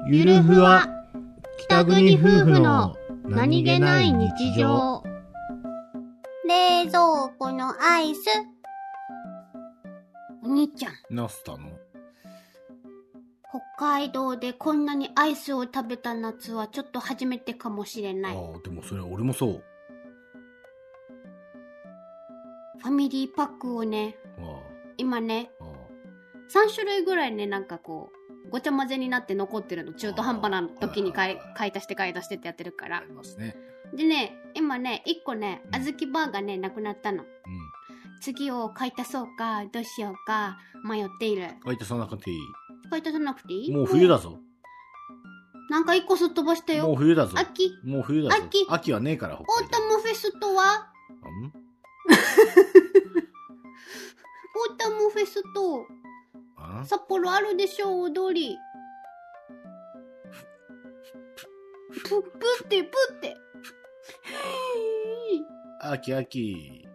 ゆるふわ北国夫婦の何気ない日常。 冷蔵庫のアイス。お兄ちゃん、 ナスタの北海道でこんなにアイスを食べた夏はちょっと初めてかもしれない。 でもそれ俺もそう。 ファミリーパックをね、今ね、3種類ぐらいね、なんかこうごちゃ混ぜになって残ってるの。中途半端な時に買い足してってやってるから。 ありますね。 でね、今ね、1個ね、小豆バーがね、なくなったの。次を買い足そうかどうしようか迷っている。 買い足さなくていい。 買い足さなくていい？ もう冬だぞ。 なんか1個すっ飛ばしたよ。 もう冬だぞ。 秋。 もう冬だぞ。秋はねえから北海道。 オータムフェスとは？オータムフェスと札幌あるでしょ、踊り。プって。 秋。